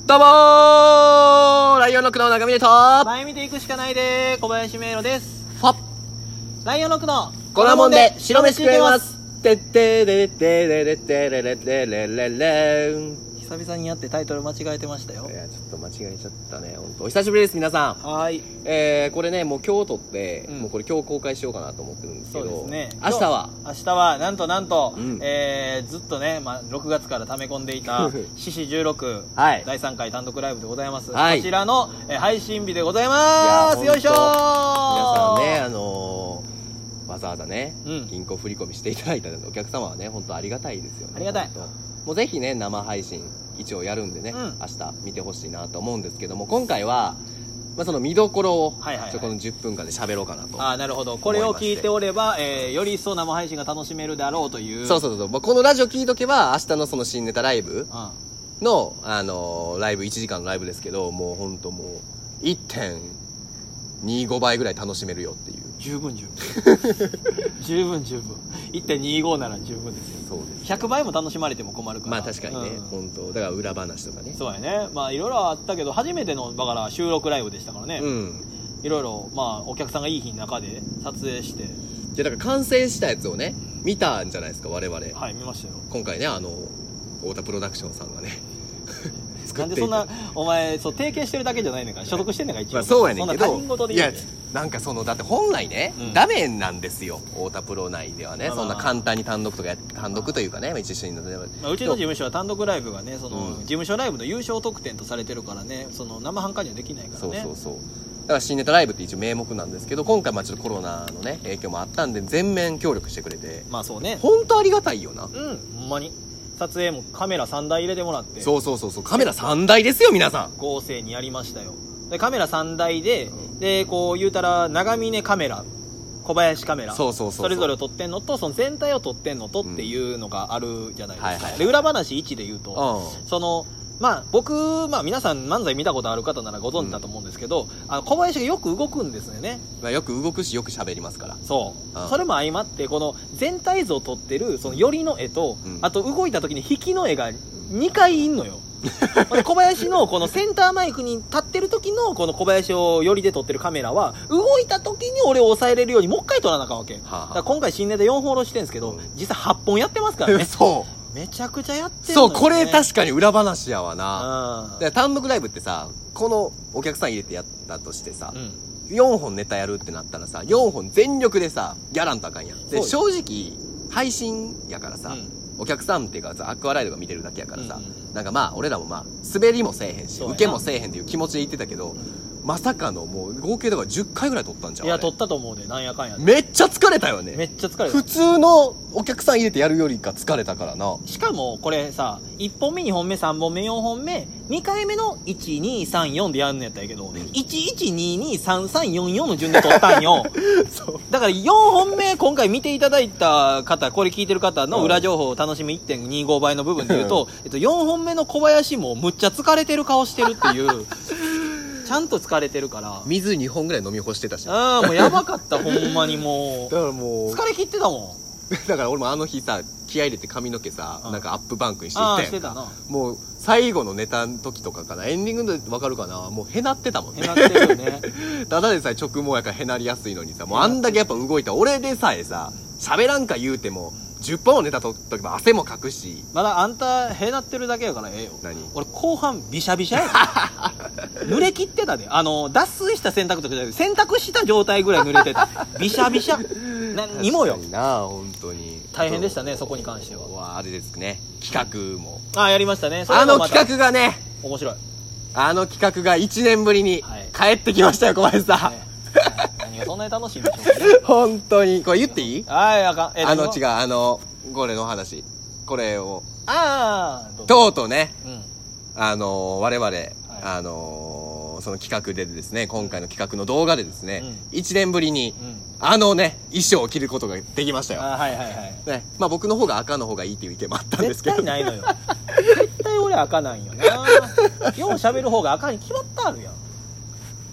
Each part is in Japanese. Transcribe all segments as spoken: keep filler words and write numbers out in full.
どうもーライオンロックの中峰と前見ていくしかないでー小林明宏です。 ファッライオンロックのコラモンで白飯食えますてってれれってれれってれれれれれれん。 久々にやってタイトル間違えてましたよ。 いやちょっと間違えちゃったね。本当お久しぶりです皆さん。 はーい。 えー、これねもう今日撮って、 うんもうこれ今日公開しようかなと思ってるんですけど、 そうですね。 明日は明日はなんとなんと、 うんえー、ずっとね、まあ、ろくがつから溜め込んでいた獅子じゅうろく、 はいだいさんかい単独ライブでございます、 はいこちらの、えー配信日でございます。 いやよいしょー。 皆さんねあのー、わざわざね、 うん銀行振り込みしていただいたお客様はね本当ありがたいですよね。 ありがたい。 本当もうぜひね生配信一応やるんでね、 うん明日見てほしいなと思うんですけども、今回は、まあ、その見どころを、 はいはいはいちょこのじゅっぷんかんで喋ろうかなと。 あーなるほど。これを聞いておれば、えー、より一層生配信が楽しめるであろうという。 そうそうそう、まあ、このラジオ聞いとけば明日のその新ネタライブうんの、あのーライブいちじかんのライブですけど、もうほんともう いってんにご 倍ぐらい楽しめるよっていう。 十分十分十分十分 いってんにご なら十分ですよ。 そうですひゃくばいも楽しまれても困るから。 まあ確かにね、 うん本当だから裏話とかね。 そうやね。まあいろいろあったけど初めてのだから収録ライブでしたからね、 うんいろいろまあお客さんがいい日の中で撮影して。 じゃだから完成したやつをね見たんじゃないですか我々。 はい見ましたよ。 今回ねあの太田プロダクションさんがね作っていたなんでそんなお前そう提携してるだけじゃないねんから所属してんねんから一応、 まあそうやねんけどそんな他人事でいやいいんだよ。 なんかそのだって本来ね、 うんダメなんですよ太田プロ内ではね、 まあまあそんな簡単に単独とかや単独というかね一緒になってまあ、うちの事務所は単独ライブがねその、 うん事務所ライブの優勝特典とされてるからね、その生半可にはできないからね。 そうそうそうだから新ネタライブって一応名目なんですけど、今回まあちょっとコロナのね影響もあったんで全面協力してくれてまあそうね。 本当ありがたいよな。 うんほんまに撮影もカメラさんだい入れてもらってそうそうそうそうカメラさんだいですよ皆さん。 合成にやりましたよ。でカメラさんだいで、でこう言うたら長峰カメラ小林カメラそうそうそうそうそれぞれを撮ってんのとその全体を撮ってんのとっていうのがあるじゃないですか、 はいはいで裏話いちで言うと、 うんそのまあ僕、まあ、皆さん漫才見たことある方ならご存知だと思うんですけど、あの小林がよく動くんですよね。 まあ、よく動くしよく喋りますから。 そう、 うんそれも相まってこの全体像を撮ってるその寄りの絵と、 うんあと動いた時に引きの絵がにかいいんのよほんで小林のこのセンターマイクに立ってる時のこの小林を寄りで撮ってるカメラは動いた時に俺を抑えれるようにもう一回撮らなあかんわけ、 はあはあだから今回新ネタよんほん下ろしてるんですけど、 うん実際はっぽんやってますからねそうめちゃくちゃやってるのよ、ね、 そうこれ確かに裏話やわな。 うんで単独ライブってさこのお客さん入れてやったとしてさ、 うんよんほんネタやるってなったらさよんほん全力でさやらんとあかんやん。で正そう直配信やからさ、 うんお客さんっていうかさアクアライドが見てるだけやからさ、 うんうんなんかまあ俺らもまあ滑りもせえへんしそうやな受けもせえへんっていう気持ちで言ってたけど、まさかのもう合計だからじゅっかいぐらい撮ったんちゃう。 いやあれ撮ったと思うでなんやかんやでめっちゃ疲れたよね。 めっちゃ疲れた普通のお客さん入れてやるよりか疲れたからな。 しかもこれさいっぽんめにほんめさんぼんめよんほんめにかいめのいちにさんよんでやるのやったんやけど、いちいちににさんさんよんよんの順で撮ったんよそうだからよんほんめ今回見ていただいた方これ聞いてる方の裏情報を楽しむ いってんにご 倍の部分で言うと、えっと、よんほんめの小林もむっちゃ疲れてる顔してるっていうちゃんと疲れてるから水にほんぐらい飲み干してたし。だああもうやばかったほんまにもうからもう疲れ切ってたもんだから俺もあの日さ気合い入れて髪の毛さ、 うんなんかアップバンクにしていあったやんか。 あしてたなもう最後のネタの時とかかなエンディングで分かるかなもうへなってたもんねへなってるよねただでさえ直毛やからへなりやすいのにさもうあんだけやっぱ動いた俺でさえさ喋らんか言うてもじゅっぽんのネタ取った時も汗もかくし。 まだあんたへなってるだけやからええよ。 何俺後半ビシャビシャやで濡れ切ってたで。あの脱水した洗濯とかじゃなくて洗濯した状態ぐらい濡れてたビシャビシャ何にもよ。 確かにな本当に大変でしたねそこに関しては。 わあれですね企画もああやりましたね。それあのもまた企画がね面白い、 あの企画がいちねんぶりにはい帰ってきましたよ小林さん、 ね何がそんなに楽しいんでしょうかね本当にこれ言っていいはいあかんえあの違ううあのこれの話これをああどうぞとうとうねうんあの我々、あのその企画でですね今回の企画の動画でですね、 ういちねんぶりにうんあのね衣装を着ることができましたよ。 あはいはいはいね、まあ僕の方が赤の方がいいっていう意見もあったんです絶けど対ないのよ絶対俺赤なんよなよう喋る方が赤に決まったあるやん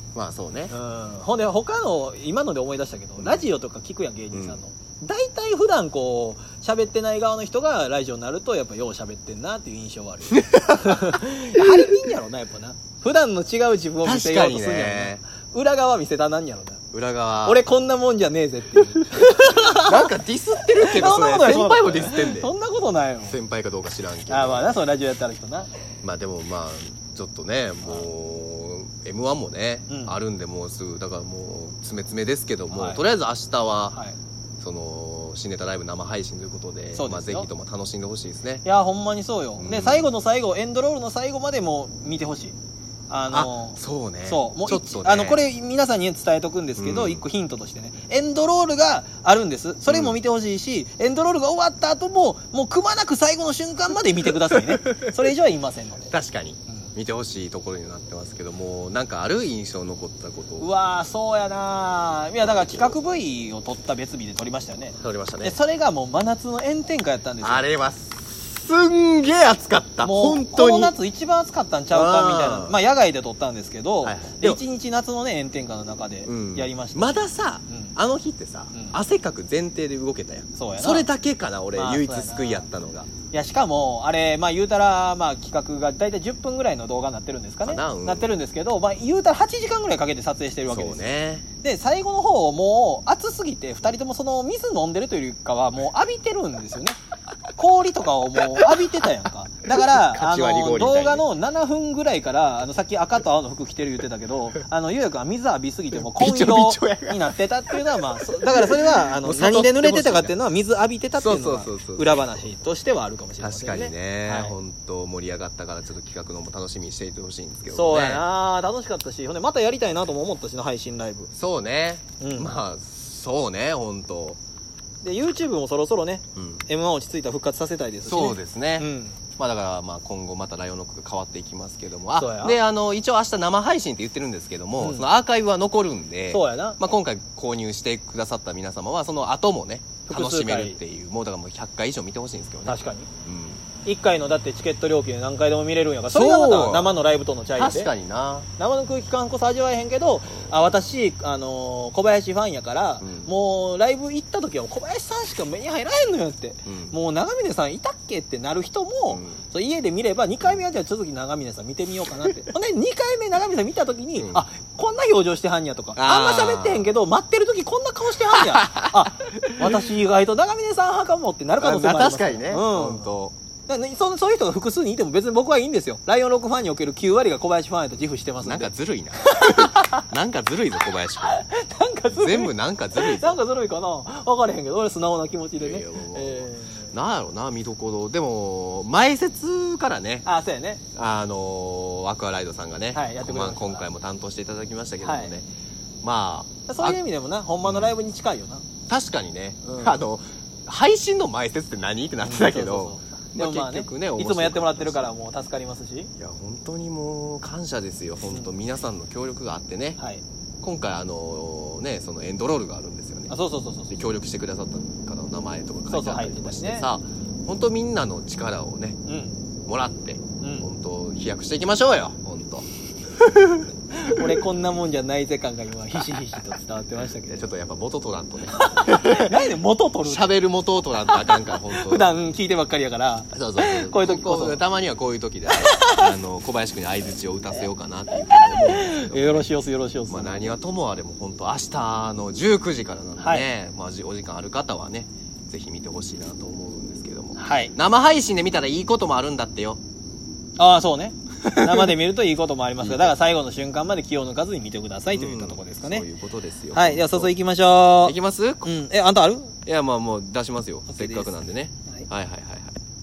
まあそうね。 うん、ほんで他の今ので思い出したけど、ラジオとか聞くやん芸人さんの、うん、大体普段こう喋ってない側の人がラジオになるとやっぱよう喋ってんなっていう印象はある張り切んやろなやっぱな、普段の違う自分を見せようとするんやろな、ね、裏側見せたなんやろな、 裏側俺こんなもんじゃねえぜっていうなんかディスってるけどそれ先輩もディスってんで、 そんなことないよ、 先輩かどうか知らんけど、 ああまあな、そのラジオやったら人な、 まあでもまあちょっとねもう エムワン もね、うん、あるんでもうすぐだからもう詰め詰めですけども、はい、とりあえず明日は、はい、その新ネタライブ生配信ということで、まあ、ぜひとも楽しんでほしいですね。 いやほんまにそうよ、うん、で最後の最後エンドロールの最後までも見てほしい。あのあそうね、 そうもうちょっとね、 あのこれ皆さんに伝えとくんですけど、一、うん、個ヒントとしてね、エンドロールがあるんです。それも見てほしいし、うん、エンドロールが終わった後ももうくまなく最後の瞬間まで見てくださいねそれ以上は言いませんので。 確かに、うん、見てほしいところになってますけども、なんかある印象残ったこと。 うわーそうやな、いやだから企画 V を撮った別日で撮りましたよね。 撮りましたね。 でそれがもう真夏の炎天下やったんですよ。 あれはすんげえ暑かった。もう本当にこの夏一番暑かったんちゃうかみたいな。まあ野外で撮ったんですけど、はいはい、で一日夏のね炎天下の中でやりました、 うん、まださ、うん、あの日ってさ、うん、汗かく前提で動けたやん。 そうやな、 それだけかな俺、まあ、唯一救いやったのが。 いやしかもあれまあ言うたらまあ企画が大体じゅっぷんぐらいの動画になってるんですかね、な、うん、なってるんですけど、まあ言うたらはちじかんぐらいかけて撮影してるわけですよ。 そうね。 で最後の方もう暑すぎてふたりともその水飲んでるというよりかはもう浴びてるんですよね氷とかをもう浴びてたやんか。だからあの動画のななふんぐらいからあのさっき赤と青の服着てる言ってたけど、あのゆうやくんは水浴びすぎてもう紺色になってたっていうのはまあだからそれはあの何で濡れてたかっていうのは水浴びてたっていうのは裏話としてはあるかもしれないですね。 確かにね、はい、本当盛り上がったからちょっと企画のも楽しみにしていてほしいんですけどね。 そうやな、楽しかったし、ほんでまたやりたいなとも思ったしな、配信ライブ。 そうね、うん、まあそうね本当で YouTube もそろそろね、うん、エムワン 落ち着いたら復活させたいですし、ね、 そうですね、うん、まあだからまあ今後またライオンロックが変わっていきますけども、あであの一応明日生配信って言ってるんですけども、うん、そのアーカイブは残るんで、 そうやな、 まあ、今回購入してくださった皆様はその後もね楽しめるっていう、もうだからもうひゃっかい以上見てほしいんですけどね。 確かに、うん、いっかいのだってチケット料金で何回でも見れるんやから、それがまた生のライブとのチャイで。 確かにな、 生の空気感こそ味わえへんけど、うん、あ私、あのー、小林ファンやから、うん、もうライブ行った時は小林さんしか目に入らへんのよって、うん、もう長峰さんいたっけってなる人も、うん、そう家で見ればにかいめはじゃあ続き長峰さん見てみようかなってほんでにかいめ長峰さん見た時に、うん、あこんな表情してはんやとか、あんま喋ってへんけど待ってる時こんな顔してはんやあ私意外と長峰さん派かもってなる可能性もあります。 確かにね、うん、本当そそういう人が複数にいても別に僕はいいんですよ。ライオンロックファンにおけるきゅうわりが小林ファンやと自負してますんで。 なんかずるいななんかずるいぞ小林君なんかずるい、 全部なんかずるいぞなんかずるいかな分からへんけど俺素直な気持ちでね、いやいやえー、なんやろな見どころでも前説からね、 あそうやね、 あのー、アクアライドさんがね、 はい、やってくれました、 まあ、今回も担当していただきましたけどもね、はい、まあそういう意味でもなほんまのライブに近いよな、うん、 確かにね、うん、あの配信の前説って何ってなってたけど、うん、そうそうそう、 でもまあね、まあ、ねいつもやってもらってるからもう助かりますし、 いや本当にもう感謝ですよ本当、うん、皆さんの協力があってね、はい、今回あのねそのエンドロールがあるんですよね。 あそうそうそうそう、で協力してくださった方の名前とか書いてあったりとかしてさ、本当みんなの力をね、うん、もらって、うん、本当飛躍していきましょうよ本当俺こんなもんじゃないぜ感が今ひしひしと伝わってましたけど、 ちょっとやっぱ元取らんとね何で元取る喋る元を取らんとあかんから本当普段聞いてばっかりやから。 そうそうそう、 こういう時こそたまにはこういう時であの小林君に相槌を打たせようかなっていうふうに思うんですけど、 よろしおすよろしおす、 まあ、何はともあれも本当明日のじゅうくじからなんでね、はい、まあ、お時間ある方はねぜひ見てほしいなと思うんですけども、はい、生配信で見たらいいこともあるんだってよ。 ああそうね生で見るといいこともありますがだから最後の瞬間まで気を抜かずに見てくださいといったところですかね、うん、 そういうことですよ。 はい、では早速行きましょう。 行きます、 うん、えあんたある？ いやまあもう出しますよ、せっかくなんでね、はい、はいはいはいはい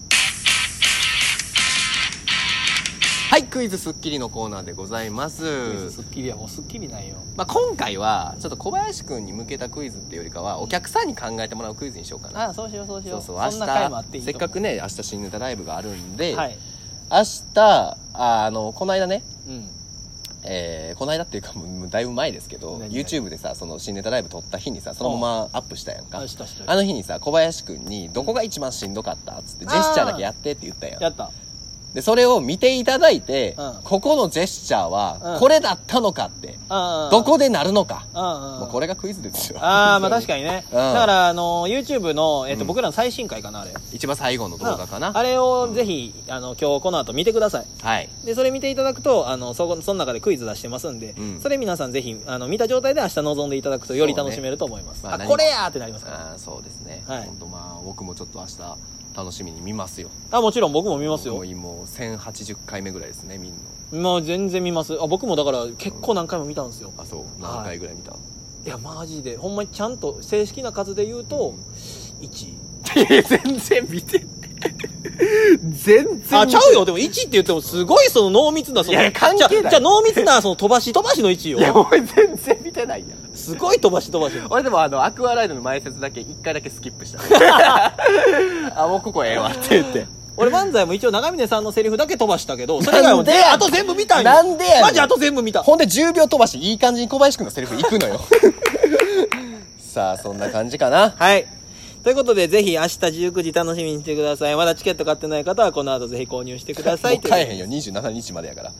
はい、クイズスッキリのコーナーでございます。 クイズスッキリはもうスッキリないよ。 まあ、今回はちょっと小林くんに向けたクイズっていうよりかはお客さんに考えてもらうクイズにしようかな。 ああそうしようそうしよう。 そうそう、明日そんな回もあっていいと思う。 せっかくね明日新ネタライブがあるんで、 はい、 明日ああのこの間ね、 うんえー、この間っていうかもうだいぶ前ですけど YouTube でさその新ネタライブ撮った日にさそのままアップしたやんか。あの日にさ小林くんにどこが一番しんどかったっつってジェスチャーだけやってって言ったやん。 やったでそれを見ていただいて、 うん、 ここのジェスチャーはこれだったのかって、 うん、 どこでなるのか、 うん、 もうこれがクイズですよ。 ああまあ確かにね、うん、だからあの YouTube の、えーとうん、僕らの最新回かなあれ一番最後の動画かな、 うん、あれをぜひあの今日この後見てください。はいでそれ見ていただくとあの そ, その中でクイズ出してますんで、うん、それ皆さんぜひあの見た状態で明日臨んでいただくとより楽しめると思います、ねまあ、あこれやーってなりますから。 あそうですね、はい、本当まあ僕もちょっと明日楽しみに見ますよ。 あもちろん僕も見ますよ。 もうもうせんはちじゅっかいめぐらいですね見んの。 まあ全然見ます。あ僕もだから結構何回も見たんですよ、 うん、あそう何回ぐらい見た、はい、 いやマジでほんまにちゃんと正式な数で言うと、うん、いち全然見て全然あちゃうよ。でもいちって言ってもすごいその濃密なそのいや関係ない。 じゃあ濃密なその飛ばし飛ばしのいちよ。 いや俺全然見てないやん。 すごい飛ばし飛ばし。 俺でもあのアクアライドの前説だけいっかいだけスキップしたあもうここええわって言って俺漫才も一応長峰さんのセリフだけ飛ばしたけどそれ以外はであと全部見たんよ。 なんでやねんマジあと全部見た。 ほんでじゅうびょう飛ばしいい感じに小林くんのセリフいくのよさあそんな感じかな。はいということでぜひ明日じゅうくじ楽しみにしてください。まだチケット買ってない方はこの後ぜひ購入してください。 もう買えへんよにじゅうしちにちまでやから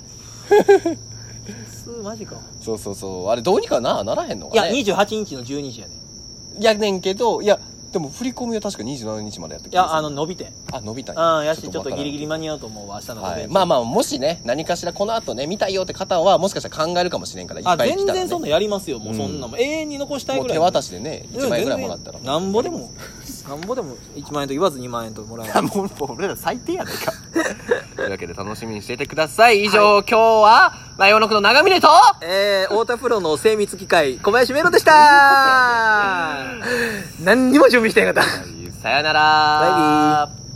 マジか。 そうそうそうあれどうにかなならへんのかね。 いやにじゅうはちにちのじゅうにじやねんやねんけどいやでも振り込みは確かにじゅうしちにちまでやったっけ。 いやあの伸びてんあ伸びたんや。うんやしちょっとギリギリ間に合うと思うわ明日の午前中、はい、 まあまあもしね何かしらこの後ね見たいよって方はもしかしたら考えるかもしれんからいっぱい来たら、ね、 あ全然そんなやりますよもうそんなもん、うん、永遠に残したいぐらいもう手渡しでねいちまんえんぐらいもらったらなんぼでもなんぼでもいちまんえんと言わずにまんえんともらえるもう俺ら最低やないかというわけで楽しみにしていてください。以上、はい、今日はライオンロックの長峰とえー、太田プロの精密機械小林メロでした何にも準備してなかったさよならバイビー。